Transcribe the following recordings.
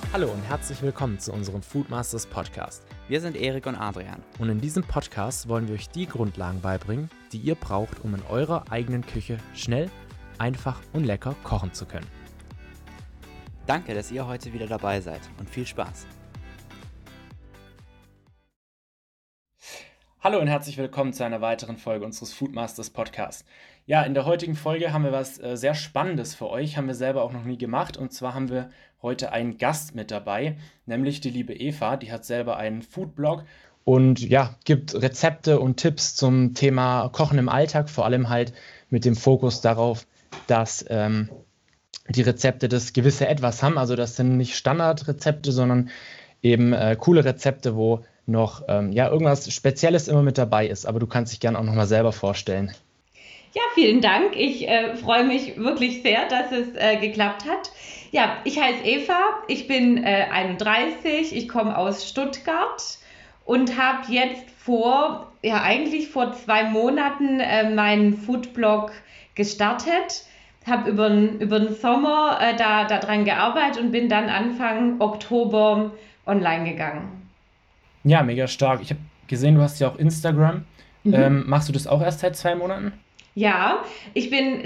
Hallo und herzlich willkommen zu unserem Foodmasters Podcast. Wir sind Erik und Adrian. Und in diesem Podcast wollen wir euch die Grundlagen beibringen, die ihr braucht, um in eurer eigenen Küche schnell, einfach und lecker kochen zu können. Danke, dass ihr heute wieder dabei seid und viel Spaß. Hallo und herzlich willkommen zu einer weiteren Folge unseres Foodmasters Podcasts. Ja, in der heutigen Folge haben wir was sehr Spannendes für euch, haben wir selber auch noch nie gemacht. Und zwar haben wir heute einen Gast mit dabei, nämlich die liebe Eva, die hat selber einen Foodblog und ja, gibt Rezepte und Tipps zum Thema Kochen im Alltag, vor allem halt mit dem Fokus darauf, dass die Rezepte das gewisse Etwas haben. Also das sind nicht Standardrezepte, sondern eben coole Rezepte, wo noch irgendwas Spezielles immer mit dabei ist. Aber du kannst dich gerne auch nochmal selber vorstellen. Ja, vielen Dank. Ich freue mich wirklich sehr, dass es geklappt hat. Ja, ich heiße Eva, ich bin 31, ich komme aus Stuttgart und habe jetzt eigentlich vor 2 Monaten meinen Foodblog gestartet. Habe über den Sommer daran gearbeitet und bin dann Anfang Oktober online gegangen. Ja, mega stark. Ich habe gesehen, du hast ja auch Instagram. Machst du das auch erst seit 2 Monaten? Ja, ich bin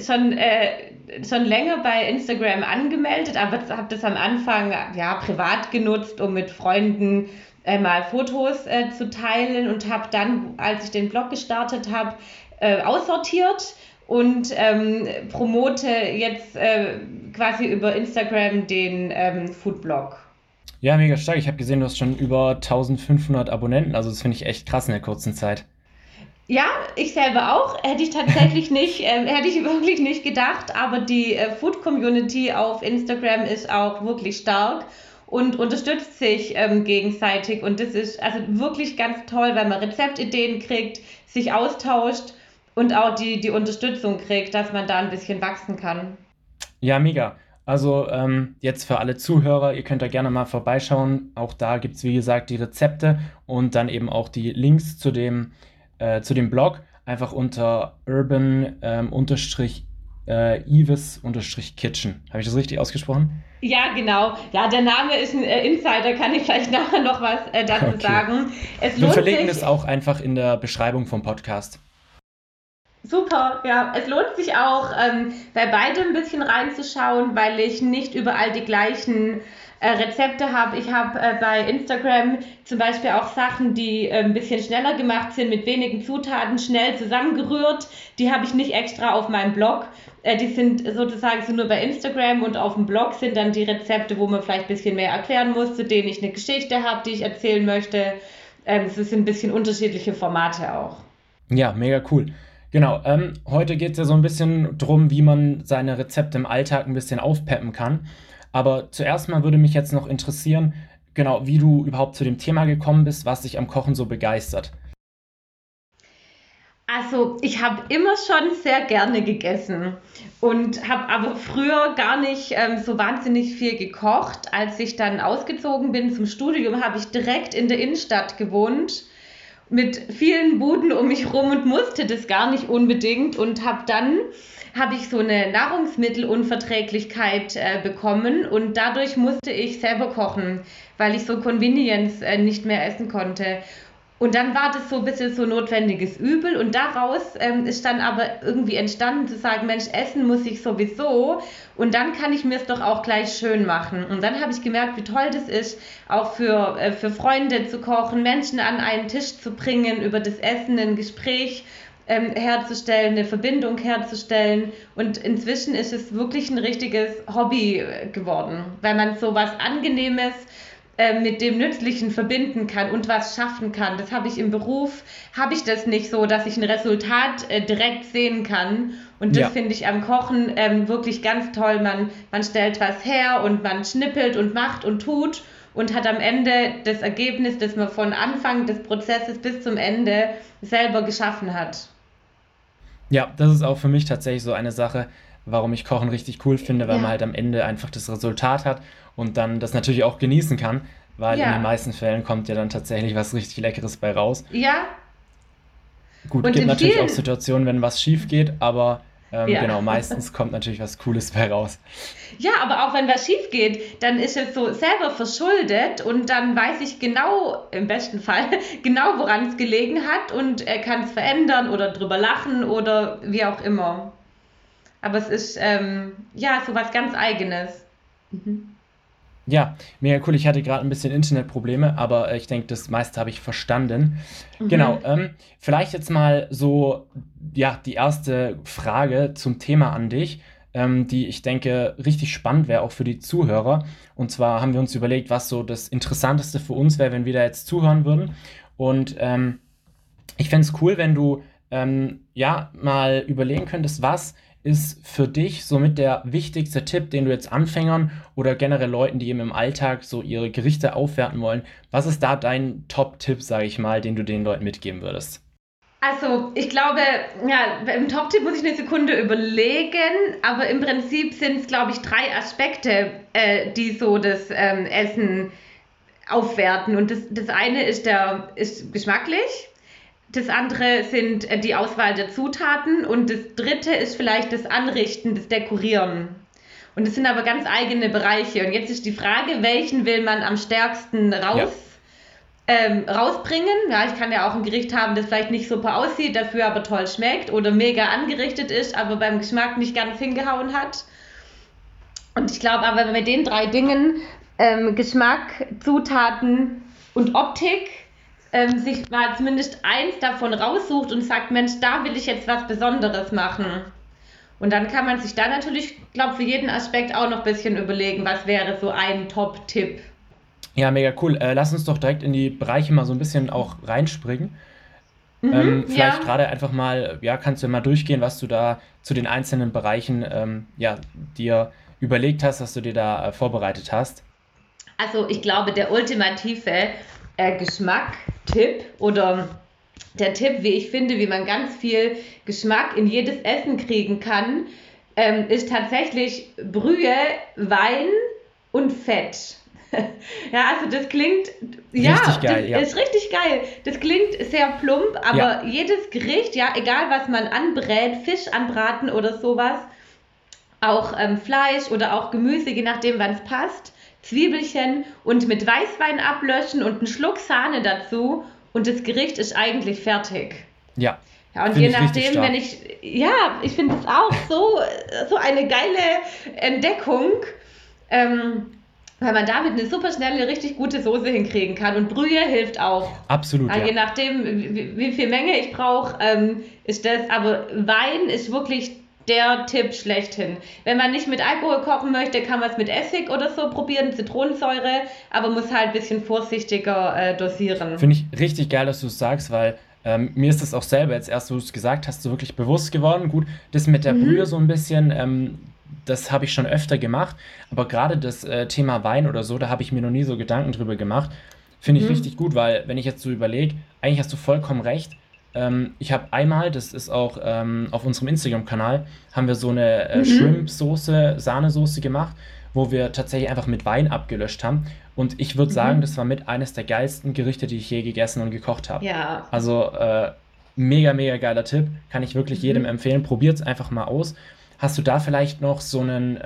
schon länger bei Instagram angemeldet, aber habe das am Anfang privat genutzt, um mit Freunden mal Fotos zu teilen und habe dann, als ich den Blog gestartet habe, aussortiert und promote jetzt quasi über Instagram den Foodblog. Ja, mega stark. Ich habe gesehen, du hast schon über 1500 Abonnenten. Also das finde ich echt krass in der kurzen Zeit. Ja, ich selber auch. Hätte ich tatsächlich hätte ich wirklich nicht gedacht. Aber die Food-Community auf Instagram ist auch wirklich stark und unterstützt sich gegenseitig. Und das ist also wirklich ganz toll, weil man Rezeptideen kriegt, sich austauscht und auch die Unterstützung kriegt, dass man da ein bisschen wachsen kann. Ja, mega. Also jetzt für alle Zuhörer, ihr könnt da gerne mal vorbeischauen. Auch da gibt es, wie gesagt, die Rezepte und dann eben auch die Links zu dem Blog. Einfach unter urban-eves-kitchen. Habe ich das richtig ausgesprochen? Ja, genau. Ja, der Name ist ein Insider, kann ich vielleicht nachher noch was dazu sagen. Wir verlinken das auch einfach in der Beschreibung vom Podcast. Super, ja. Es lohnt sich auch, bei beidem ein bisschen reinzuschauen, weil ich nicht überall die gleichen Rezepte habe. Ich habe bei Instagram zum Beispiel auch Sachen, die ein bisschen schneller gemacht sind, mit wenigen Zutaten, schnell zusammengerührt. Die habe ich nicht extra auf meinem Blog. Die sind sozusagen nur bei Instagram und auf dem Blog sind dann die Rezepte, wo man vielleicht ein bisschen mehr erklären muss, zu denen ich eine Geschichte habe, die ich erzählen möchte. Es sind ein bisschen unterschiedliche Formate auch. Ja, mega cool. Genau, heute geht es ja so ein bisschen drum, wie man seine Rezepte im Alltag ein bisschen aufpeppen kann. Aber zuerst mal würde mich jetzt noch interessieren, genau, wie du überhaupt zu dem Thema gekommen bist, was dich am Kochen so begeistert. Also ich habe immer schon sehr gerne gegessen und habe aber früher gar nicht so wahnsinnig viel gekocht. Als ich dann ausgezogen bin zum Studium, habe ich direkt in der Innenstadt gewohnt, mit vielen Buden um mich rum und musste das gar nicht unbedingt und habe ich so eine Nahrungsmittelunverträglichkeit bekommen und dadurch musste ich selber kochen, weil ich so Convenience nicht mehr essen konnte. Und dann war das so ein bisschen so notwendiges Übel und daraus ist dann aber irgendwie entstanden zu sagen, Mensch, essen muss ich sowieso und dann kann ich mir es doch auch gleich schön machen. Und dann habe ich gemerkt, wie toll das ist, auch für Freunde zu kochen, Menschen an einen Tisch zu bringen, über das Essen ein Gespräch herzustellen, eine Verbindung herzustellen. Und inzwischen ist es wirklich ein richtiges Hobby geworden, weil man so was Angenehmes mit dem Nützlichen verbinden kann und was schaffen kann. Das habe ich im Beruf, habe ich das nicht so, dass ich ein Resultat direkt sehen kann. Und das finde ich am Kochen wirklich ganz toll. Man stellt was her und man schnippelt und macht und tut und hat am Ende das Ergebnis, das man von Anfang des Prozesses bis zum Ende selber geschaffen hat. Ja, das ist auch für mich tatsächlich so eine Sache, warum ich Kochen richtig cool finde, weil man halt am Ende einfach das Resultat hat und dann das natürlich auch genießen kann, weil in den meisten Fällen kommt ja dann tatsächlich was richtig Leckeres bei raus. Ja. Gut, es gibt natürlich auch Situationen, wenn was schief geht, aber Ja. Genau, meistens kommt natürlich was Cooles bei raus. Ja, aber auch wenn was schief geht, dann ist es so selber verschuldet und dann weiß ich genau, im besten Fall, genau woran es gelegen hat und kann es verändern oder drüber lachen oder wie auch immer. Aber es ist ja so was ganz Eigenes. Mhm. Ja, mega cool. Ich hatte gerade ein bisschen Internetprobleme, aber ich denke, das meiste habe ich verstanden. Genau, Mhm. vielleicht jetzt mal so, ja, die erste Frage zum Thema an dich, die ich denke richtig spannend wäre, auch für die Zuhörer. Und zwar haben wir uns überlegt, was so das Interessanteste für uns wäre, wenn wir da jetzt zuhören würden. Und ich fände es cool, wenn du ja mal überlegen könntest, was ist für dich somit der wichtigste Tipp, den du jetzt Anfängern oder generell Leuten, die eben im Alltag so ihre Gerichte aufwerten wollen, was ist da dein Top-Tipp, sage ich mal, den du den Leuten mitgeben würdest? Also, ich glaube, ja, im Top-Tipp muss ich eine Sekunde überlegen, aber im Prinzip sind es, glaube ich, drei Aspekte, die so das Essen aufwerten. Und das eine ist geschmacklich, das andere sind die Auswahl der Zutaten und das dritte ist vielleicht das Anrichten, das Dekorieren. Und das sind aber ganz eigene Bereiche. Und jetzt ist die Frage, welchen will man am stärksten Ja, rausbringen? Ja, ich kann ja auch ein Gericht haben, das vielleicht nicht super aussieht, dafür aber toll schmeckt oder mega angerichtet ist, aber beim Geschmack nicht ganz hingehauen hat. Und ich glaube aber, wenn man mit den drei Dingen, Geschmack, Zutaten und Optik, sich mal zumindest eins davon raussucht und sagt, Mensch, da will ich jetzt was Besonderes machen. Und dann kann man sich da natürlich, glaube für jeden Aspekt auch noch ein bisschen überlegen, was wäre so ein Top-Tipp. ja, mega cool. Lass uns doch direkt in die Bereiche mal so ein bisschen auch reinspringen. Mhm, Vielleicht ja. gerade einfach mal, ja, kannst du ja mal durchgehen, was du da zu den einzelnen Bereichen ja, dir überlegt hast, was du dir da vorbereitet hast. Also ich glaube, der ultimative Geschmack-Tipp oder der Tipp, wie ich finde, wie man ganz viel Geschmack in jedes Essen kriegen kann, ist tatsächlich Brühe, Wein und Fett. Ja, also das klingt, Richtig ja, geil, ja. das ist richtig geil. Das klingt sehr plump, Ja, aber jedes Gericht, ja, egal was man anbrät, Fisch anbraten oder sowas, auch Fleisch oder auch Gemüse, je nachdem, wann es passt, Zwiebelchen und mit Weißwein ablöschen und einen Schluck Sahne dazu und das Gericht ist eigentlich fertig. ja, Ja, und je finde ich richtig nachdem, wenn stark. ich finde es auch so eine geile Entdeckung, ähm, weil man damit eine super schnelle, richtig gute Soße hinkriegen kann. Und Brühe hilft auch. Absolut, Ja, je ja. nachdem, wie viel Menge ich brauche, ist das. Aber Wein ist wirklich der Tipp schlechthin. Wenn man nicht mit Alkohol kochen möchte, kann man es mit Essig oder so probieren, Zitronensäure, aber muss halt ein bisschen vorsichtiger dosieren. Finde ich richtig geil, dass du es sagst, weil mir ist das auch selber jetzt erst, wo du es gesagt hast, so wirklich bewusst geworden. Gut, das mit der Brühe Mhm. so ein bisschen, das habe ich schon öfter gemacht, aber gerade das Thema Wein oder so, da habe ich mir noch nie so Gedanken drüber gemacht. Finde ich richtig Mhm. gut, weil wenn ich jetzt so überlege, eigentlich hast du vollkommen recht. Ich habe einmal, das ist auch auf unserem Instagram-Kanal, haben wir so eine Mhm. Shrimp-Soße, Sahnesoße gemacht, wo wir tatsächlich einfach mit Wein abgelöscht haben. Und ich würde sagen, Mhm. das war mit eines der geilsten Gerichte, die ich je gegessen und gekocht habe. Ja. Also mega, mega geiler Tipp. Kann ich wirklich jedem Mhm. empfehlen. Probiert es einfach mal aus. Hast du da vielleicht noch so einen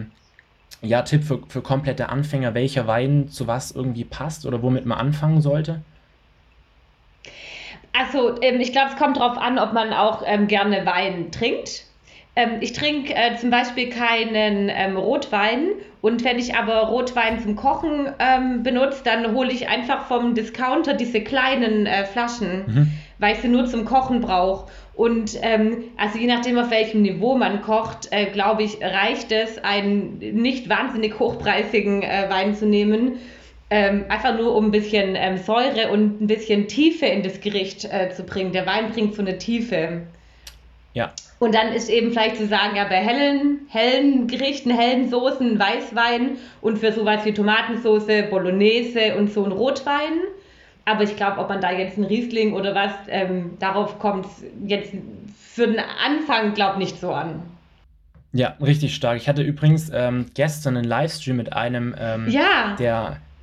ja, Tipp für komplette Anfänger, welcher Wein zu was irgendwie passt oder womit man anfangen sollte? Also, ich glaube, es kommt darauf an, ob man auch gerne Wein trinkt. Ich trinke zum Beispiel keinen Rotwein und wenn ich aber Rotwein zum Kochen benutze, dann hole ich einfach vom Discounter diese kleinen Flaschen, Mhm. weil ich sie nur zum Kochen brauche. Und also je nachdem, auf welchem Niveau man kocht, glaube ich, reicht es, einen nicht wahnsinnig hochpreisigen Wein zu nehmen. Einfach nur um ein bisschen Säure und ein bisschen Tiefe in das Gericht zu bringen. Der Wein bringt so eine Tiefe. Ja, Und dann ist eben vielleicht zu sagen, ja, bei hellen Gerichten, hellen Soßen, Weißwein und für sowas wie Tomatensauce, Bolognese und so ein Rotwein. Aber ich glaube, ob man da jetzt einen Riesling oder was, darauf kommt es jetzt für den Anfang, glaube nicht so an. ja, richtig stark. Ich hatte übrigens gestern einen Livestream mit einem, Ja. der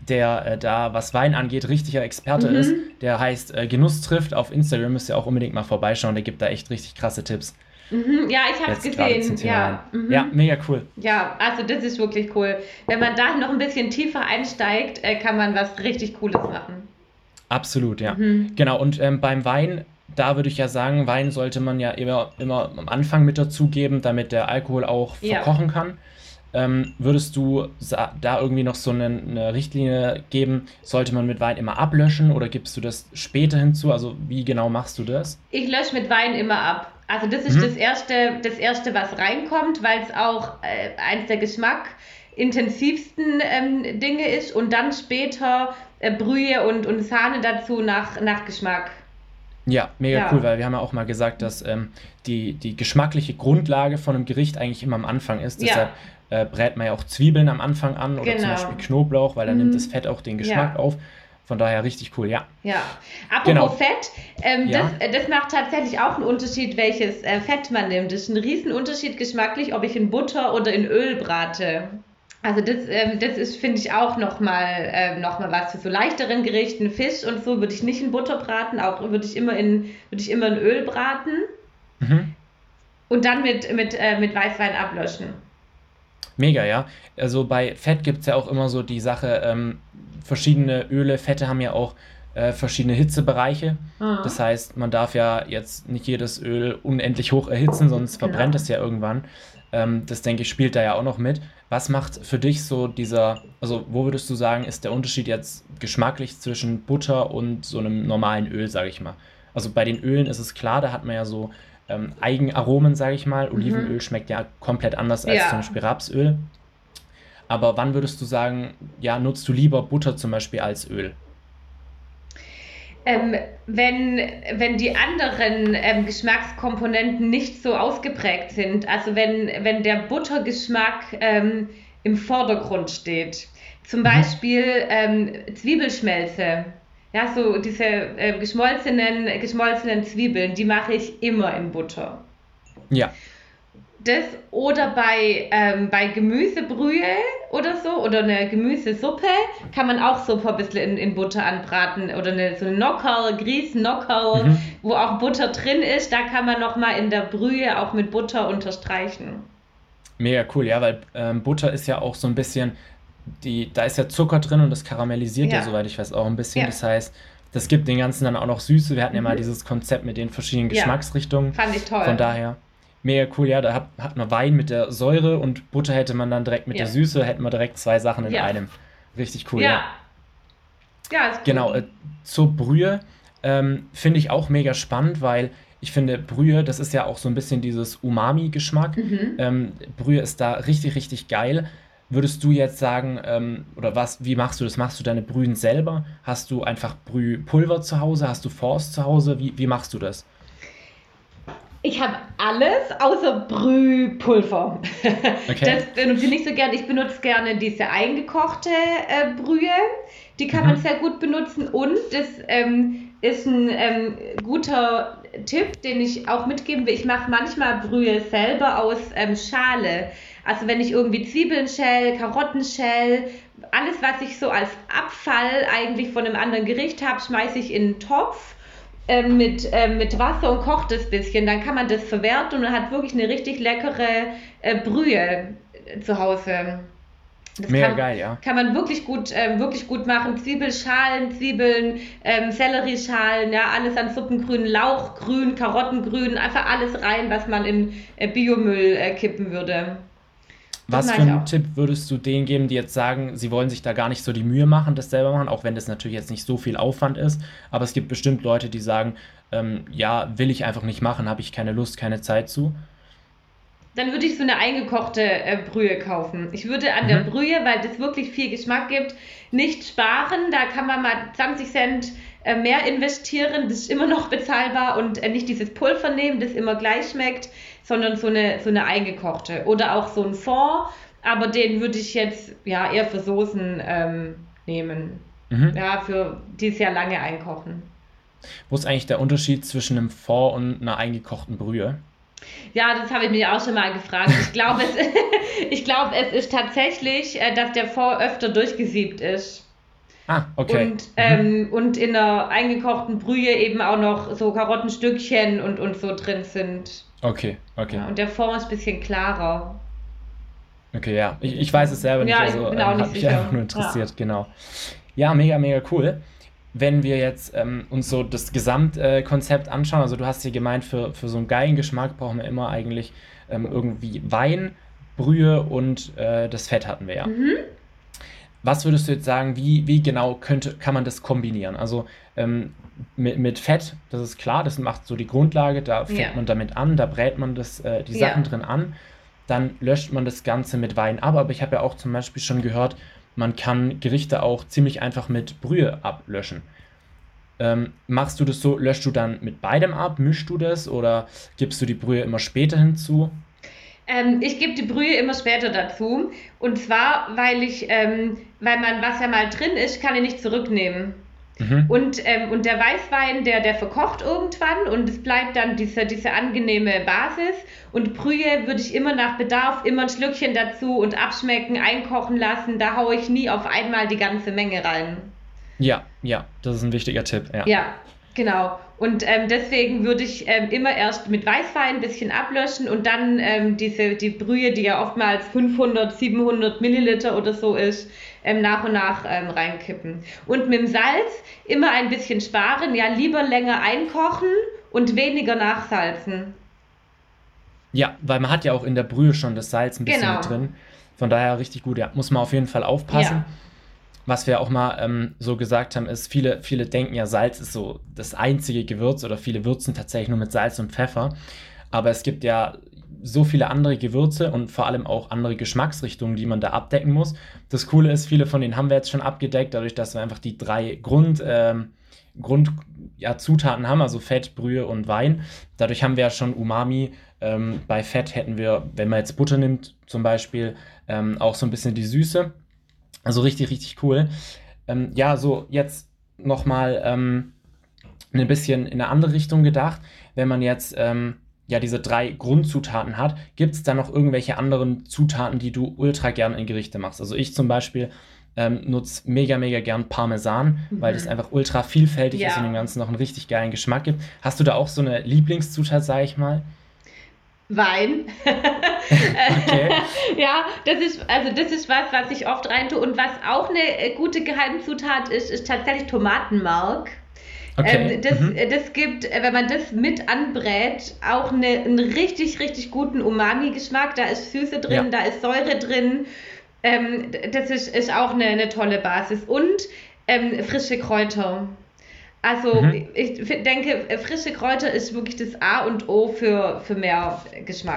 der da, was Wein angeht, richtiger Experte ist. Der heißt Genuss trifft auf Instagram, müsst ihr auch unbedingt mal vorbeischauen, der gibt da echt richtig krasse Tipps. Ja, ich habe es gesehen. Ja. Ja, mega cool. Ja, also das ist wirklich cool. Wenn man da noch ein bisschen tiefer einsteigt, kann man was richtig Cooles machen. Absolut, ja. Genau, und beim Wein, da würde ich ja sagen, Wein sollte man ja immer am Anfang mit dazugeben, damit der Alkohol auch verkochen kann. Würdest du da irgendwie noch so eine Richtlinie geben, sollte man mit Wein immer ablöschen oder gibst du das später hinzu? Also wie genau machst du das? Ich lösche mit Wein immer ab. Also das ist das Erste, was reinkommt, weil es auch eins der geschmackintensivsten Dinge ist und dann später Brühe und Sahne dazu nach Geschmack. Ja, mega cool, weil wir haben ja auch mal gesagt, dass die geschmackliche Grundlage von einem Gericht eigentlich immer am Anfang ist. Deshalb brät man ja auch Zwiebeln am Anfang an oder zum Beispiel Knoblauch, weil dann nimmt das Fett auch den Geschmack auf. Von daher richtig cool, ja. Ja, apropos Fett, das macht tatsächlich auch einen Unterschied, welches Fett man nimmt. Das ist ein Riesenunterschied geschmacklich, ob ich in Butter oder in Öl brate. Also das ist, finde ich, auch nochmal was für so leichteren Gerichten. Fisch und so würde ich nicht in Butter braten, auch würde ich immer in Öl braten. Und dann mit Weißwein ablöschen. Mega, ja. Also bei Fett gibt es ja auch immer so die Sache, verschiedene Öle, Fette haben ja auch verschiedene Hitzebereiche. Das heißt, man darf ja jetzt nicht jedes Öl unendlich hoch erhitzen, sonst verbrennt es ja irgendwann. Das, denke ich, spielt da ja auch noch mit. Was macht für dich so also wo würdest du sagen, ist der Unterschied jetzt geschmacklich zwischen Butter und so einem normalen Öl, sage ich mal? Also bei den Ölen ist es klar, da hat man ja so Eigenaromen, sage ich mal. Olivenöl schmeckt ja komplett anders als zum Beispiel Rapsöl. Aber wann würdest du sagen, ja, nutzt du lieber Butter zum Beispiel als Öl? Wenn die anderen Geschmackskomponenten nicht so ausgeprägt sind, also wenn der Buttergeschmack im Vordergrund steht, zum Beispiel Zwiebelschmelze, ja, so diese geschmolzenen Zwiebeln, die mache ich immer in Butter. Ja. Das oder bei Gemüsebrühe oder so oder eine Gemüsesuppe kann man auch so ein bisschen in Butter anbraten oder so eine Nockerl, Grießnockerl, wo auch Butter drin ist, da kann man nochmal in der Brühe auch mit Butter unterstreichen. Mega cool, ja, weil Butter ist ja auch so ein bisschen, da ist ja Zucker drin und das karamellisiert ja, soweit ich weiß, auch ein bisschen. Ja. Das heißt, das gibt den Ganzen dann auch noch Süße. Wir hatten ja mal dieses Konzept mit den verschiedenen Geschmacksrichtungen. Fand ich toll. Von daher mega cool, ja, da hat man Wein mit der Säure und Butter hätte man dann direkt mit der Süße, hätten wir direkt zwei Sachen in einem. Richtig cool, ja. Ja, ist cool. Genau, zur Brühe finde ich auch mega spannend, weil ich finde, Brühe, das ist ja auch so ein bisschen dieses Umami-Geschmack. Brühe ist da richtig, richtig geil. Würdest du jetzt sagen, wie machst du das? Machst du deine Brühen selber? Hast du einfach Brühpulver zu Hause? Hast du Force zu Hause? Wie machst du das? Ich habe alles außer Brühpulver. Okay. Das benutze ich nicht so gerne. Ich benutze gerne diese eingekochte Brühe. Die kann man sehr gut benutzen. Und das ist ein guter Tipp, den ich auch mitgeben will. Ich mache manchmal Brühe selber aus Schale. Also wenn ich irgendwie Zwiebeln schäle, Karotten schäle, alles, was ich so als Abfall eigentlich von einem anderen Gericht habe, schmeiße ich in einen Topf mit Wasser und kocht das bisschen. Dann kann man das verwerten und man hat wirklich eine richtig leckere Brühe zu Hause. Das Mega geil, ja. Kann man wirklich gut machen. Zwiebelschalen, Zwiebeln, Sellerieschalen, ja, alles an Suppengrün, Lauchgrün, Karottengrün, einfach alles rein, was man in Biomüll kippen würde. Was für einen Tipp würdest du denen geben, die jetzt sagen, sie wollen sich da gar nicht so die Mühe machen, das selber machen, auch wenn das natürlich jetzt nicht so viel Aufwand ist, aber es gibt bestimmt Leute, die sagen, ja, will ich einfach nicht machen, habe ich keine Lust, keine Zeit zu. Dann würde ich so eine eingekochte Brühe kaufen. Ich würde an der Brühe, weil das wirklich viel Geschmack gibt, nicht sparen. Da kann man mal 20 Cent mehr investieren. Das ist immer noch bezahlbar und nicht dieses Pulver nehmen, das immer gleich schmeckt, sondern so eine eingekochte. Oder auch so ein Fond, aber den würde ich jetzt eher für Soßen nehmen. Ja, für die sehr lange einkochen. Wo ist eigentlich der Unterschied zwischen einem Fond und einer eingekochten Brühe? Ja, das habe ich mich auch schon mal gefragt. Ich glaube, es ist tatsächlich, dass der Fond öfter durchgesiebt ist. Okay. Und in einer eingekochten Brühe eben auch noch so Karottenstückchen und so drin sind. Okay. Ja, und der Fond ist ein bisschen klarer. Okay, ja. Ich weiß es selber nicht, Ja, ich also bin auch nicht hat mich sicher. einfach nur interessiert, genau. Ja, mega, mega cool. Wenn wir jetzt uns so das Gesamtkonzept anschauen, also du hast hier gemeint, für so einen geilen Geschmack brauchen wir immer eigentlich irgendwie Wein, Brühe und das Fett hatten wir ja. Was würdest du jetzt sagen, wie genau kann man das kombinieren? Also mit Fett, das ist klar, das macht so die Grundlage, da fängt Ja. man damit an, da brät man die Ja. Sachen drin an, dann löscht man das Ganze mit Wein ab, aber ich habe ja auch zum Beispiel schon gehört, man kann Gerichte auch ziemlich einfach mit Brühe ablöschen. Machst du das so, löschst du dann mit beidem ab, mischst du das oder gibst du die Brühe immer später hinzu? Ich gebe die Brühe immer später dazu. Und zwar, weil man, was ja mal drin ist, kann ich nicht zurücknehmen. Mhm. Und der Weißwein, der verkocht irgendwann und es bleibt dann diese angenehme Basis. Und Brühe würde ich immer nach Bedarf immer ein Schlückchen dazu und abschmecken, einkochen lassen. Da haue ich nie auf einmal die ganze Menge rein. Ja, das ist ein wichtiger Tipp, ja. Ja, genau. Und deswegen würde ich immer erst mit Weißwein ein bisschen ablöschen und dann die Brühe, die ja oftmals 500, 700 Milliliter oder so ist, nach und nach reinkippen. Und mit dem Salz immer ein bisschen sparen, ja, lieber länger einkochen und weniger nachsalzen. Ja, weil man hat ja auch in der Brühe schon das Salz ein bisschen Genau. mit drin. Von daher richtig gut, ja. Muss man auf jeden Fall aufpassen. Ja. Was wir auch mal so gesagt haben, ist, viele denken ja, Salz ist so das einzige Gewürz oder viele würzen tatsächlich nur mit Salz und Pfeffer. Aber es gibt ja so viele andere Gewürze und vor allem auch andere Geschmacksrichtungen, die man da abdecken muss. Das Coole ist, viele von denen haben wir jetzt schon abgedeckt, dadurch, dass wir einfach die 3 Zutaten haben, also Fett, Brühe und Wein. Dadurch haben wir ja schon Umami. Bei Fett hätten wir, wenn man jetzt Butter nimmt zum Beispiel, auch so ein bisschen die Süße. Also richtig, richtig cool. Ja, so jetzt nochmal ein bisschen in eine andere Richtung gedacht. Wenn man jetzt ja diese 3 Grundzutaten hat, gibt es da noch irgendwelche anderen Zutaten, die du ultra gern in Gerichte machst? Also ich zum Beispiel nutze mega, mega gern Parmesan, weil das einfach ultra vielfältig ist und Ja. dem Ganzen noch einen richtig geilen Geschmack gibt. Hast du da auch so eine Lieblingszutat, sage ich mal? Wein. Okay. Ja, das ist was ich oft reintue. Und was auch eine gute Geheimzutat ist tatsächlich Tomatenmark. Okay. Das gibt, wenn man das mit anbrät, auch einen richtig, richtig guten Umami-Geschmack. Da ist Süße drin, Ja. da ist Säure drin. Das ist auch eine tolle Basis. Und frische Kräuter. Also Mhm. ich denke, frische Kräuter ist wirklich das A und O für mehr Geschmack.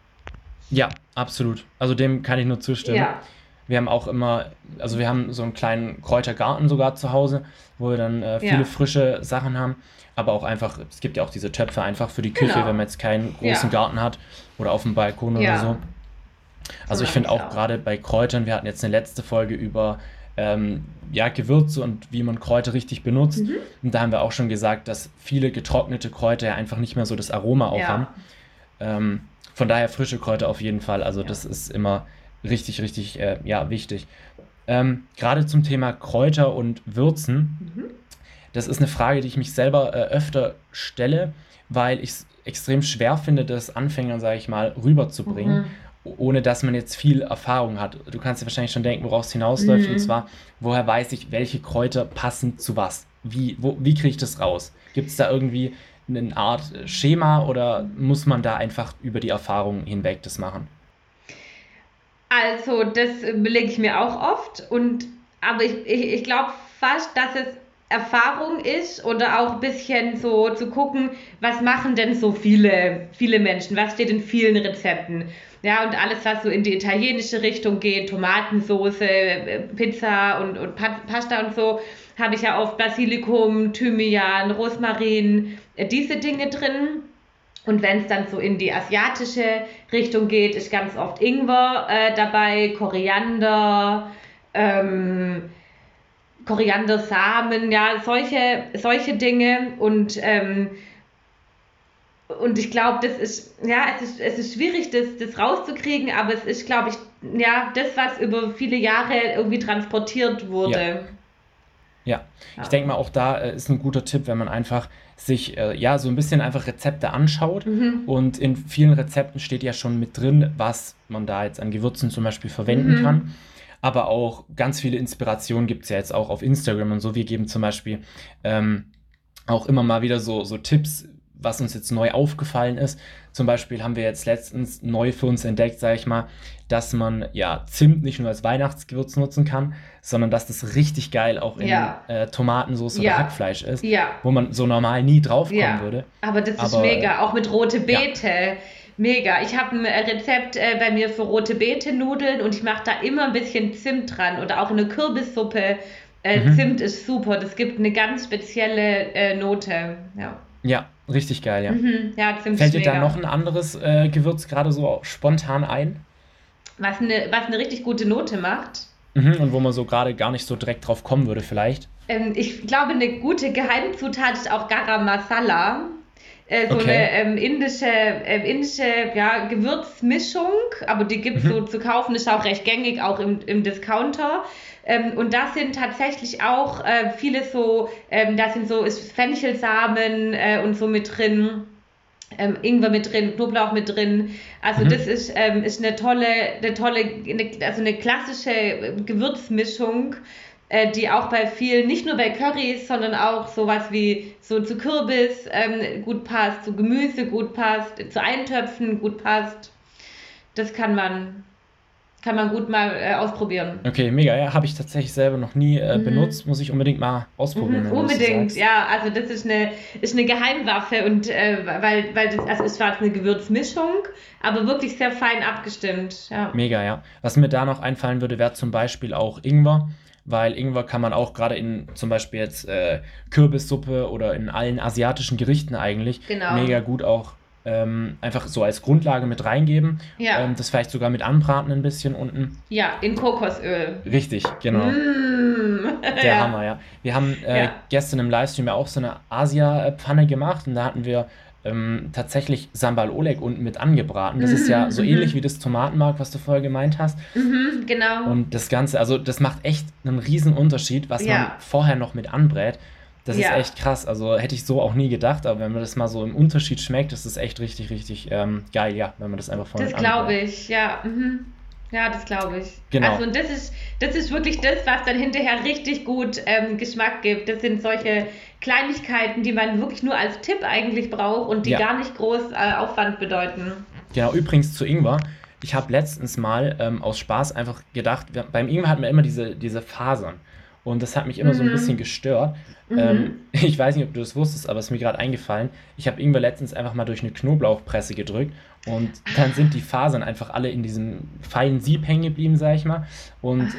Ja, absolut. Also dem kann ich nur zustimmen. Ja, Wir haben auch immer, also wir haben so einen kleinen Kräutergarten sogar zu Hause, wo wir dann viele ja, frische Sachen haben. Aber auch einfach, es gibt ja auch diese Töpfe einfach für die Küche, wenn genau. man jetzt keinen großen Ja, Garten hat oder auf dem Balkon oder so. ja, so Also ich mache finde ich es auch auch. gerade bei Kräutern, wir hatten jetzt eine letzte Folge über ja, Gewürze und wie man Kräuter richtig benutzt. Und da haben wir auch schon gesagt, dass viele getrocknete Kräuter ja einfach nicht mehr so das Aroma auch haben. Ja, Von daher frische Kräuter auf jeden Fall. Also ja. das ist immer richtig, richtig ja, wichtig. Gerade zum Thema Kräuter und Würzen, Mhm. das ist eine Frage, die ich mich selber öfter stelle, weil ich es extrem schwer finde, das Anfängern, sage ich mal, rüberzubringen, Mhm. ohne dass man jetzt viel Erfahrung hat. Du kannst dir wahrscheinlich schon denken, woraus es hinausläuft, und Mhm. zwar, woher weiß ich, welche Kräuter passen zu was? Wie kriege ich das raus? Gibt es da irgendwie eine Art Schema oder muss man da einfach über die Erfahrung hinweg das machen? Also, das überlege ich mir auch oft. Aber ich glaube fast, dass es Erfahrung ist oder auch ein bisschen so zu gucken, was machen denn so viele Menschen? Was steht in vielen Rezepten? Ja, und alles, was so in die italienische Richtung geht, Tomatensoße, Pizza und Pasta und so, habe ich ja oft Basilikum, Thymian, Rosmarin, diese Dinge drin. Und wenn es dann so in die asiatische Richtung geht, ist ganz oft Ingwer dabei, ähm, Koriandersamen, ja, solche Dinge. Und ich glaube, es ist schwierig, das rauszukriegen, aber es ist, glaube ich, ja, das, was über viele Jahre irgendwie transportiert Ja, wurde. Ja, ich Ja. denke mal, auch da ist ein guter Tipp, wenn man einfach sich ja so ein bisschen einfach Rezepte anschaut. Mhm. Und in vielen Rezepten steht ja schon mit drin, was man da jetzt an Gewürzen zum Beispiel verwenden Mhm. kann. Aber auch ganz viele Inspirationen gibt es ja jetzt auch auf Instagram und so. Wir geben zum Beispiel ähm, auch immer mal wieder so Tipps, was uns jetzt neu aufgefallen ist. Zum Beispiel haben wir jetzt letztens neu für uns entdeckt, sage ich mal, dass man ja Zimt nicht nur als Weihnachtsgewürz nutzen kann, sondern dass das richtig geil auch in Ja, Tomatensauce oder ja, Hackfleisch ist, ja, wo man so normal nie drauf kommen ja. würde. Aber das ist Aber mega. Auch mit rote ja, Beete. Mega. Ich habe ein Rezept bei mir für rote Beete-Nudeln und ich mache da immer ein bisschen Zimt dran. Oder auch eine Kürbissuppe. mhm. Zimt ist super. Das gibt eine ganz spezielle Note. Ja. Ja, richtig geil, ja. Ja, Zimt Fällt ist dir da noch mega. ein anderes Gewürz gerade so spontan ein? Was eine richtig gute Note macht. Mhm. Und wo man so gerade gar nicht so direkt drauf kommen würde, vielleicht? Ich glaube, eine gute Geheimzutat ist auch Garam Masala. So eine Okay. indische ja, Gewürzmischung, aber die gibt es so Mhm. zu kaufen, ist auch recht gängig, auch im Discounter. Und da sind tatsächlich auch viele so, da sind so ist Fenchelsamen und so mit drin. Ingwer mit drin, Knoblauch mit drin. Also das Mhm. ist also eine klassische Gewürzmischung, die auch bei vielen, nicht nur bei Currys, sondern auch sowas wie so zu Kürbis gut passt, zu Gemüse gut passt, zu Eintöpfen gut passt. Das kann man gut mal ausprobieren. Okay, mega. Ja, habe ich tatsächlich selber noch nie Mhm. benutzt. Muss ich unbedingt mal ausprobieren, wenn du das so Unbedingt, sagst. ja, also das ist eine Geheimwaffe und weil das, also es war jetzt eine Gewürzmischung, aber wirklich sehr fein abgestimmt, ja. Mega, ja. Was mir da noch einfallen würde, wäre zum Beispiel auch Ingwer, weil Ingwer kann man auch gerade in zum Beispiel jetzt Kürbissuppe oder in allen asiatischen Gerichten eigentlich Genau. mega gut auch einfach so als Grundlage mit reingeben. Ja, Das vielleicht sogar mit anbraten ein bisschen unten. ja, in Kokosöl. Richtig, genau. Mm, Der ja, Hammer, ja. Wir haben ja. gestern im Livestream ja auch so eine Asia-Pfanne gemacht und da hatten wir tatsächlich Sambal Oleg unten mit angebraten. Das ist ja Mhm, so ähnlich wie mhm, das Tomatenmark, was du vorher gemeint hast. genau. Und das Ganze, also das macht echt einen riesen Unterschied, was man Ja, vorher noch mit anbrät. Das ist ja. echt krass. Also hätte ich so auch nie gedacht, aber wenn man das mal so im Unterschied schmeckt, ist das echt richtig, richtig geil, ja, wenn man das einfach vorher Das mit anbrät. glaube ich, ja. Ja, das glaube ich. Also Genau. und das ist wirklich das, was dann hinterher richtig gut Geschmack gibt. Das sind solche Kleinigkeiten, die man wirklich nur als Tipp eigentlich braucht und die Ja, gar nicht groß Aufwand bedeuten. genau. Übrigens zu Ingwer. Ich habe letztens mal aus Spaß einfach gedacht, beim Ingwer hat man immer diese Fasern. Und das hat mich immer so ein bisschen Mhm. gestört. Mhm. Ich weiß nicht, ob du das wusstest, aber es ist mir gerade eingefallen. Ich habe Ingwer letztens einfach mal durch eine Knoblauchpresse gedrückt und dann sind die Fasern einfach alle in diesem feinen Sieb hängen geblieben, sag ich mal. Und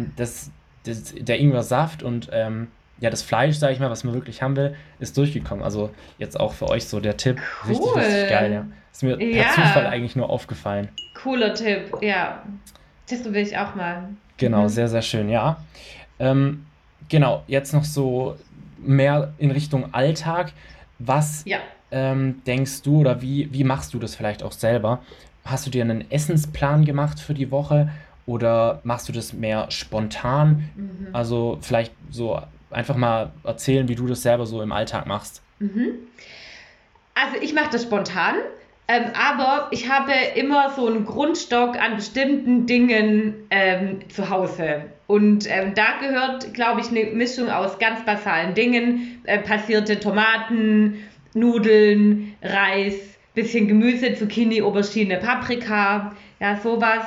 der Ingwer-Saft und ja, das Fleisch, sag ich mal, was man wirklich haben will, ist durchgekommen. Also jetzt auch für euch so der Tipp. Richtig, richtig geil, Cool. ja. Ist mir per Zufall Ja, eigentlich nur aufgefallen. cooler Tipp. Ja, das will ich auch mal. Genau, sehr, sehr schön, ja. Ähm, genau, jetzt noch so mehr in Richtung Alltag. Was Ja. denkst du oder wie machst du das vielleicht auch selber? Hast du dir einen Essensplan gemacht für die Woche oder machst du das mehr spontan? Mhm. Also vielleicht so einfach mal erzählen, wie du das selber so im Alltag machst. Mhm. Also ich mache das spontan, aber ich habe immer so einen Grundstock an bestimmten Dingen zu Hause. Und da gehört, glaube ich, eine Mischung aus ganz basalen Dingen. Passierte Tomaten, Nudeln, Reis, bisschen Gemüse, Zucchini, Aubergine, Paprika, ja, sowas.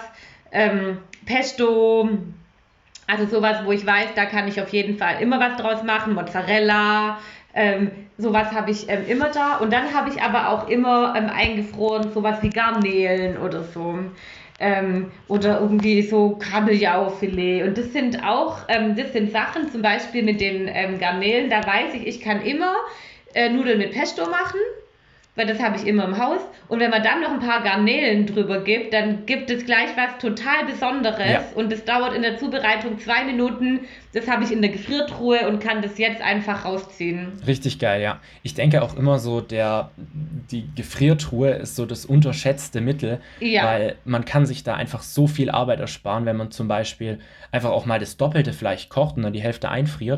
Pesto, also sowas, wo ich weiß, da kann ich auf jeden Fall immer was draus machen. Mozzarella, sowas habe ich immer da. Und dann habe ich aber auch immer eingefroren, sowas wie Garnelen oder so. Oder irgendwie so Kabeljaufilet. Und das sind Sachen, zum Beispiel mit den Garnelen, da weiß ich, ich kann immer Nudeln mit Pesto machen, weil das habe ich immer im Haus. Und wenn man dann noch ein paar Garnelen drüber gibt, dann gibt es gleich was total Ja, Besonderes. Und das dauert in der Zubereitung 2 Minuten. Das habe ich in der Gefriertruhe und kann das jetzt einfach rausziehen. richtig geil, ja. Ich denke auch immer so, die Gefriertruhe ist so das unterschätzte Mittel, Ja, weil man kann sich da einfach so viel Arbeit ersparen, wenn man zum Beispiel einfach auch mal das Doppelte vielleicht kocht und dann die Hälfte einfriert.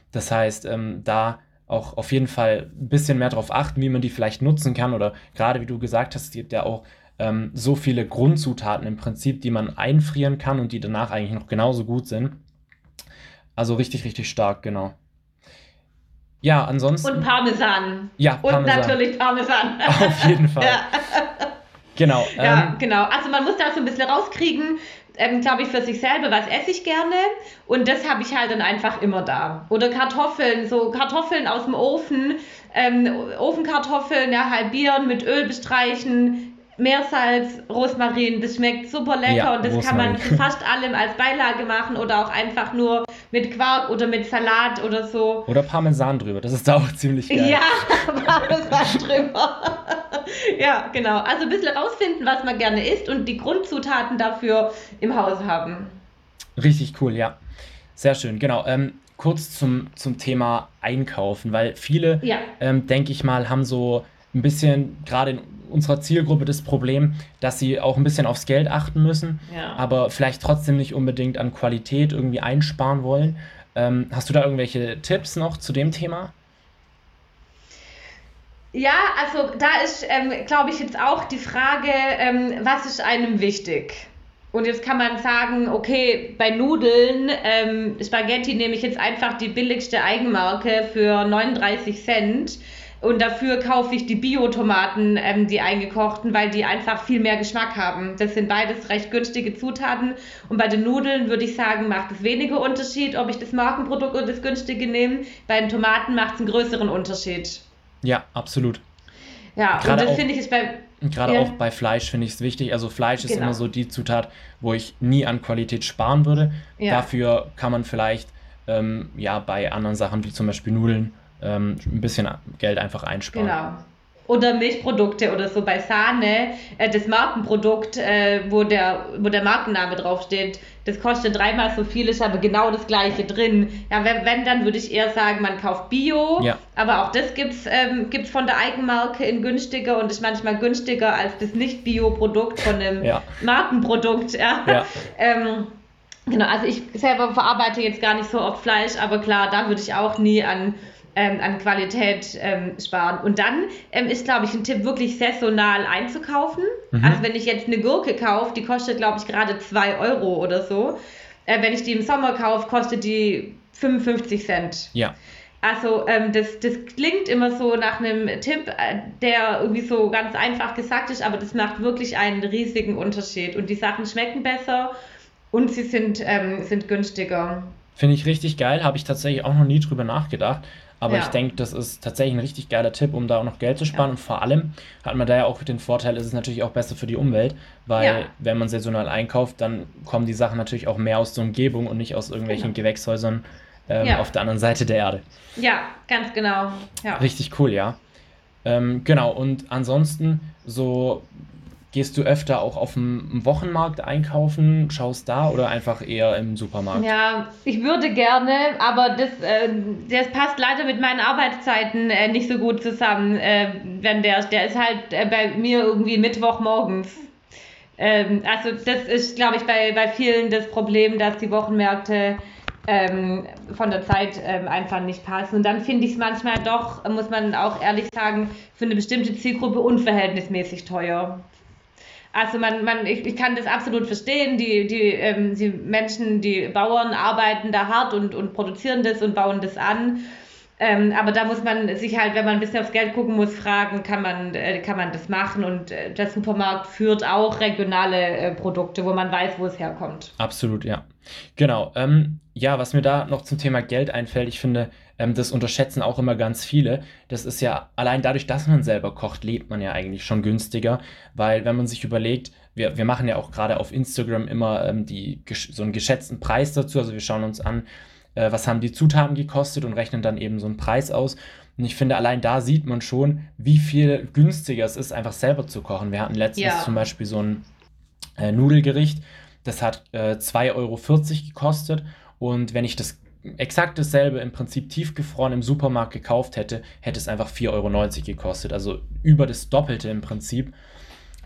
Das heißt, da auch auf jeden Fall ein bisschen mehr darauf achten, wie man die vielleicht nutzen kann. Oder gerade wie du gesagt hast, es gibt ja auch so viele Grundzutaten im Prinzip, die man einfrieren kann und die danach eigentlich noch genauso gut sind. Also richtig, richtig stark, genau. Ja, Und ansonsten, Parmesan. ja, Und Parmesan, natürlich Parmesan. auf jeden Fall. Ja. Genau, Ja, genau. Also man muss da so ein bisschen rauskriegen, glaube ich, für sich selber, was esse ich gerne. Und das habe ich halt dann einfach immer da. Oder Kartoffeln, so Kartoffeln aus dem Ofen, Ofenkartoffeln, ja, halbieren, mit Öl bestreichen, Meersalz, Rosmarin, das schmeckt super lecker ja, und das kann man Rosmarin. zu fast allem als Beilage machen oder auch einfach nur mit Quark oder mit Salat oder so. Oder Parmesan drüber, das ist auch ziemlich geil. Ja, Parmesan drüber. Ja, genau. Also ein bisschen rausfinden, was man gerne isst und die Grundzutaten dafür im Haus haben. Richtig cool, ja. Sehr schön, genau. Kurz zum Thema Einkaufen, weil viele, Ja, denke ich mal, haben so ein bisschen, gerade in unserer Zielgruppe, das Problem, dass sie auch ein bisschen aufs Geld achten müssen, ja. aber vielleicht trotzdem nicht unbedingt an Qualität irgendwie einsparen wollen. Hast du da irgendwelche Tipps noch zu dem Thema? Ja, also da ist, glaube ich, jetzt auch die Frage, was ist einem wichtig? Und jetzt kann man sagen, okay, bei Nudeln, Spaghetti nehme ich jetzt einfach die billigste Eigenmarke für 39 Cent und dafür kaufe ich die Bio-Tomaten, die eingekochten, weil die einfach viel mehr Geschmack haben. Das sind beides recht günstige Zutaten und bei den Nudeln würde ich sagen, macht es weniger Unterschied, ob ich das Markenprodukt oder das günstige nehme. Bei den Tomaten macht es einen größeren Unterschied. Ja, absolut. Ja, und Gerade das auch, finde ich ist bei, gerade ja, auch bei Fleisch finde ich es wichtig. Also Fleisch ist immer genau, so die Zutat, wo ich nie an Qualität sparen würde. ja. Dafür kann man vielleicht ja bei anderen Sachen wie zum Beispiel Nudeln ein bisschen Geld einfach einsparen. Genau. Oder Milchprodukte oder so bei Sahne, das Markenprodukt, wo der Markenname draufsteht, das kostet dreimal so viel, ist aber genau das gleiche drin. Ja, wenn dann würde ich eher sagen, man kauft Bio, Ja, aber auch das gibt's von der Eigenmarke in günstiger und ist manchmal günstiger als das Nicht-Bio-Produkt von einem ja, Markenprodukt. Ja. ja, Ähm, Genau, also ich selber verarbeite jetzt gar nicht so oft Fleisch, aber klar, da würde ich auch nie an Qualität sparen. Und dann ist, glaube ich, ein Tipp, wirklich saisonal einzukaufen. Also mhm, wenn ich jetzt eine Gurke kaufe, die kostet, glaube ich, gerade 2 Euro oder so. Wenn ich die im Sommer kaufe, kostet die 55 Cent. ja, Also das klingt immer so nach einem Tipp, der irgendwie so ganz einfach gesagt ist, aber das macht wirklich einen riesigen Unterschied. Und die Sachen schmecken besser und sie sind günstiger. finde ich richtig geil. Habe ich tatsächlich auch noch nie drüber nachgedacht. Aber ich Ja, denke, das ist tatsächlich ein richtig geiler Tipp, um da auch noch Geld zu sparen. ja, Und vor allem hat man da ja auch den Vorteil, ist es natürlich auch besser für die Umwelt, weil ja, wenn man saisonal einkauft, dann kommen die Sachen natürlich auch mehr aus der Umgebung und nicht aus irgendwelchen genau. Gewächshäusern Ja, auf der anderen Seite der Erde. ja, ganz genau. Ja. Richtig cool, ja. Genau, und ansonsten so gehst du öfter auch auf dem Wochenmarkt einkaufen, schaust da oder einfach eher im Supermarkt? Ja, ich würde gerne, aber das passt leider mit meinen Arbeitszeiten nicht so gut zusammen. Wenn der ist halt bei mir irgendwie Mittwochmorgens. Also das ist, glaube ich, bei vielen das Problem, dass die Wochenmärkte von der Zeit einfach nicht passen. Und dann finde ich es manchmal doch, muss man auch ehrlich sagen, für eine bestimmte Zielgruppe unverhältnismäßig teuer. Also ich kann das absolut verstehen. Die Menschen, die Bauern arbeiten da hart und produzieren das und bauen das an. Aber da muss man sich halt, wenn man ein bisschen aufs Geld gucken muss, fragen, kann man das machen? Und der Supermarkt führt auch regionale Produkte, wo man weiß, wo es herkommt. Absolut, ja. Genau. Ja, was mir da noch zum Thema Geld einfällt, ich finde, das unterschätzen auch immer ganz viele. Das ist ja allein dadurch, dass man selber kocht, lebt man ja eigentlich schon günstiger, weil wenn man sich überlegt, wir machen ja auch gerade auf Instagram immer so einen geschätzten Preis dazu, also wir schauen uns an, was haben die Zutaten gekostet und rechnen dann eben so einen Preis aus. Und ich finde, allein da sieht man schon, wie viel günstiger es ist, einfach selber zu kochen. Wir hatten letztens zum Ja, Beispiel so ein Nudelgericht, das hat 2,40 € gekostet und wenn ich das exakt dasselbe im Prinzip tiefgefroren im Supermarkt gekauft hätte, hätte es einfach 4,90 € gekostet, also über das Doppelte im Prinzip.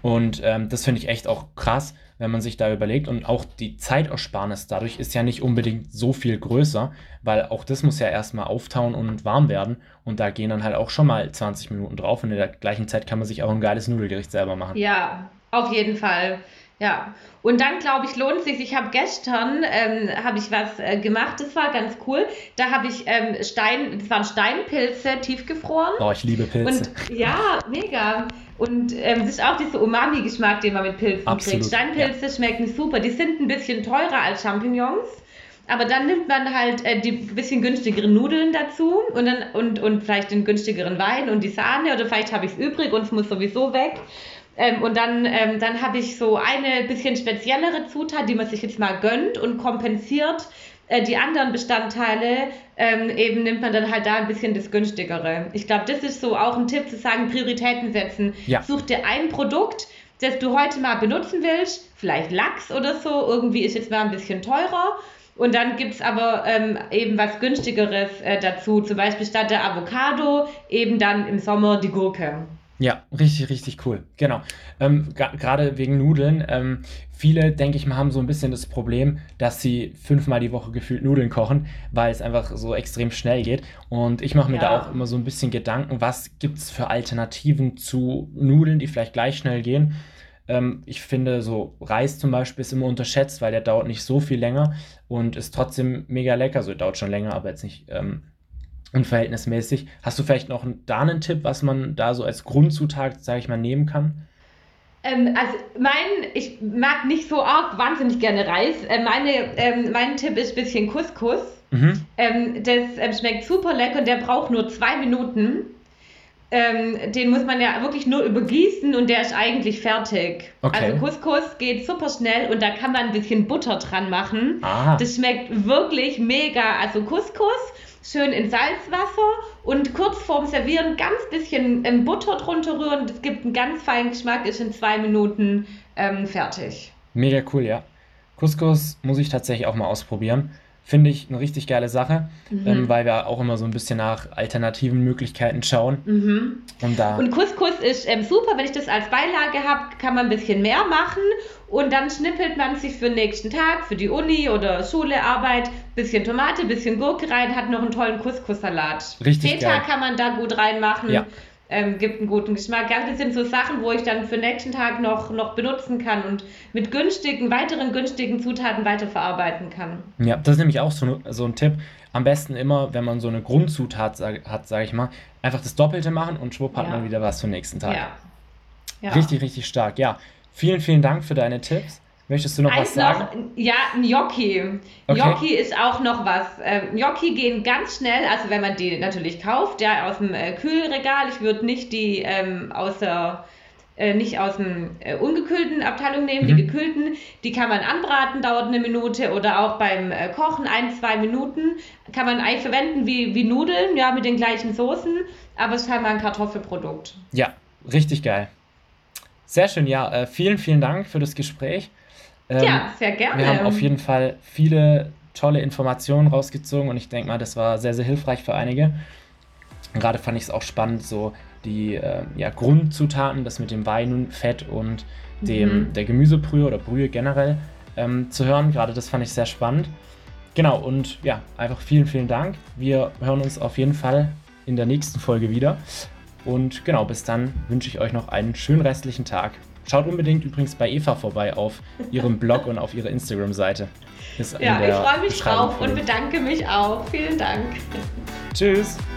Und das finde ich echt auch krass, wenn man sich da überlegt. Und auch die Zeitersparnis dadurch ist ja nicht unbedingt so viel größer, weil auch das muss ja erstmal auftauen und warm werden. Und da gehen dann halt auch schon mal 20 Minuten drauf. Und in der gleichen Zeit kann man sich auch ein geiles Nudelgericht selber machen. Ja, auf jeden Fall. Ja, und dann glaube ich, lohnt sich. Ich habe gestern habe ich was gemacht, das war ganz cool. Da habe ich das waren Steinpilze tiefgefroren. Oh, ich liebe Pilze. Und ja, mega. Und das ist auch dieser Umami-Geschmack, den man mit Pilzen Absolut, kriegt. Steinpilze schmecken super. Die sind ein bisschen teurer als Champignons. Aber dann nimmt man halt die bisschen günstigeren Nudeln dazu und dann und vielleicht den günstigeren Wein und die Sahne oder vielleicht habe ich es übrig und es muss sowieso weg. Und dann habe ich so eine bisschen speziellere Zutat, die man sich jetzt mal gönnt und kompensiert. Die anderen Bestandteile eben nimmt man dann halt da ein bisschen das günstigere. Ich glaube, das ist so auch ein Tipp zu sagen, Prioritäten setzen. Ja. Such dir ein Produkt, das du heute mal benutzen willst, vielleicht Lachs oder so, irgendwie ist jetzt mal ein bisschen teurer. Und dann gibt es aber eben was günstigeres dazu, zum Beispiel statt der Avocado eben dann im Sommer die Gurke. Ja, richtig, richtig cool. Genau. Gerade wegen Nudeln. Viele, denke ich mal, haben so ein bisschen das Problem, dass sie 5-mal die Woche gefühlt Nudeln kochen, weil es einfach so extrem schnell geht. Und ich mache mir da auch immer so ein bisschen Gedanken, was gibt es für Alternativen zu Nudeln, die vielleicht gleich schnell gehen. Ich finde, so Reis zum Beispiel ist immer unterschätzt, weil der dauert nicht so viel länger und ist trotzdem mega lecker. Also dauert schon länger, aber jetzt nicht unverhältnismäßig. Hast du vielleicht noch da einen Tipp, was man da so als Grundzutat, sage ich mal, nehmen kann? Also ich mag nicht so arg wahnsinnig gerne Reis. Mein Tipp ist ein bisschen Couscous. Mhm. Das schmeckt super lecker und der braucht nur 2 Minuten. Den muss man ja wirklich nur übergießen und der ist eigentlich fertig. Okay. Also Couscous geht super schnell und da kann man ein bisschen Butter dran machen. Ah. Das schmeckt wirklich mega. Also Couscous schön in Salzwasser und kurz vorm Servieren ganz bisschen Butter drunter rühren. Das gibt einen ganz feinen Geschmack, ist in 2 Minuten fertig. Mega cool, ja. Couscous muss ich tatsächlich auch mal ausprobieren. Finde ich eine richtig geile Sache, weil wir auch immer so ein bisschen nach alternativen Möglichkeiten schauen. Und Couscous ist super, wenn ich das als Beilage habe, kann man ein bisschen mehr machen und dann schnippelt man sich für den nächsten Tag, für die Uni oder Schule, Arbeit, bisschen Tomate, bisschen Gurke rein, hat noch einen tollen Couscous-Salat. Richtig Feta geil. kann man da gut reinmachen. Ja. Gibt einen guten Geschmack. Ja, das sind so Sachen, wo ich dann für den nächsten Tag noch benutzen kann und mit weiteren günstigen Zutaten weiterverarbeiten kann. Ja, das ist nämlich auch so ein Tipp. Am besten immer, wenn man so eine Grundzutat hat, sage ich mal, einfach das Doppelte machen und schwupp hat man wieder was für den nächsten Tag. Ja. Richtig, richtig stark. Ja, vielen, vielen Dank für deine Tipps. Möchtest du noch was sagen? Ja, Gnocchi. Okay. Gnocchi ist auch noch was. Gnocchi gehen ganz schnell, also wenn man die natürlich kauft, ja, aus dem Kühlregal. Ich würde nicht die nicht aus dem ungekühlten Abteilung nehmen, die gekühlten, die kann man anbraten, dauert 1 Minute oder auch beim Kochen 1-2 Minuten. Kann man eigentlich verwenden wie Nudeln, ja, mit den gleichen Soßen, aber es ist halt mal ein Kartoffelprodukt. Ja, richtig geil. Sehr schön, ja. Vielen, vielen Dank für das Gespräch. Ja, sehr gerne. Wir haben auf jeden Fall viele tolle Informationen rausgezogen und ich denke mal, das war sehr, sehr hilfreich für einige. Und gerade fand ich es auch spannend, so die Grundzutaten, das mit dem Wein, Fett und der Gemüsebrühe oder Brühe generell zu hören. Gerade das fand ich sehr spannend. Genau, und ja, einfach vielen, vielen Dank. Wir hören uns auf jeden Fall in der nächsten Folge wieder. Und genau, bis dann wünsche ich euch noch einen schönen restlichen Tag. Schaut unbedingt übrigens bei Eva vorbei auf ihrem Blog und auf ihrer Instagram-Seite. Ja, ich freue mich drauf und bedanke mich auch. Vielen Dank. Tschüss.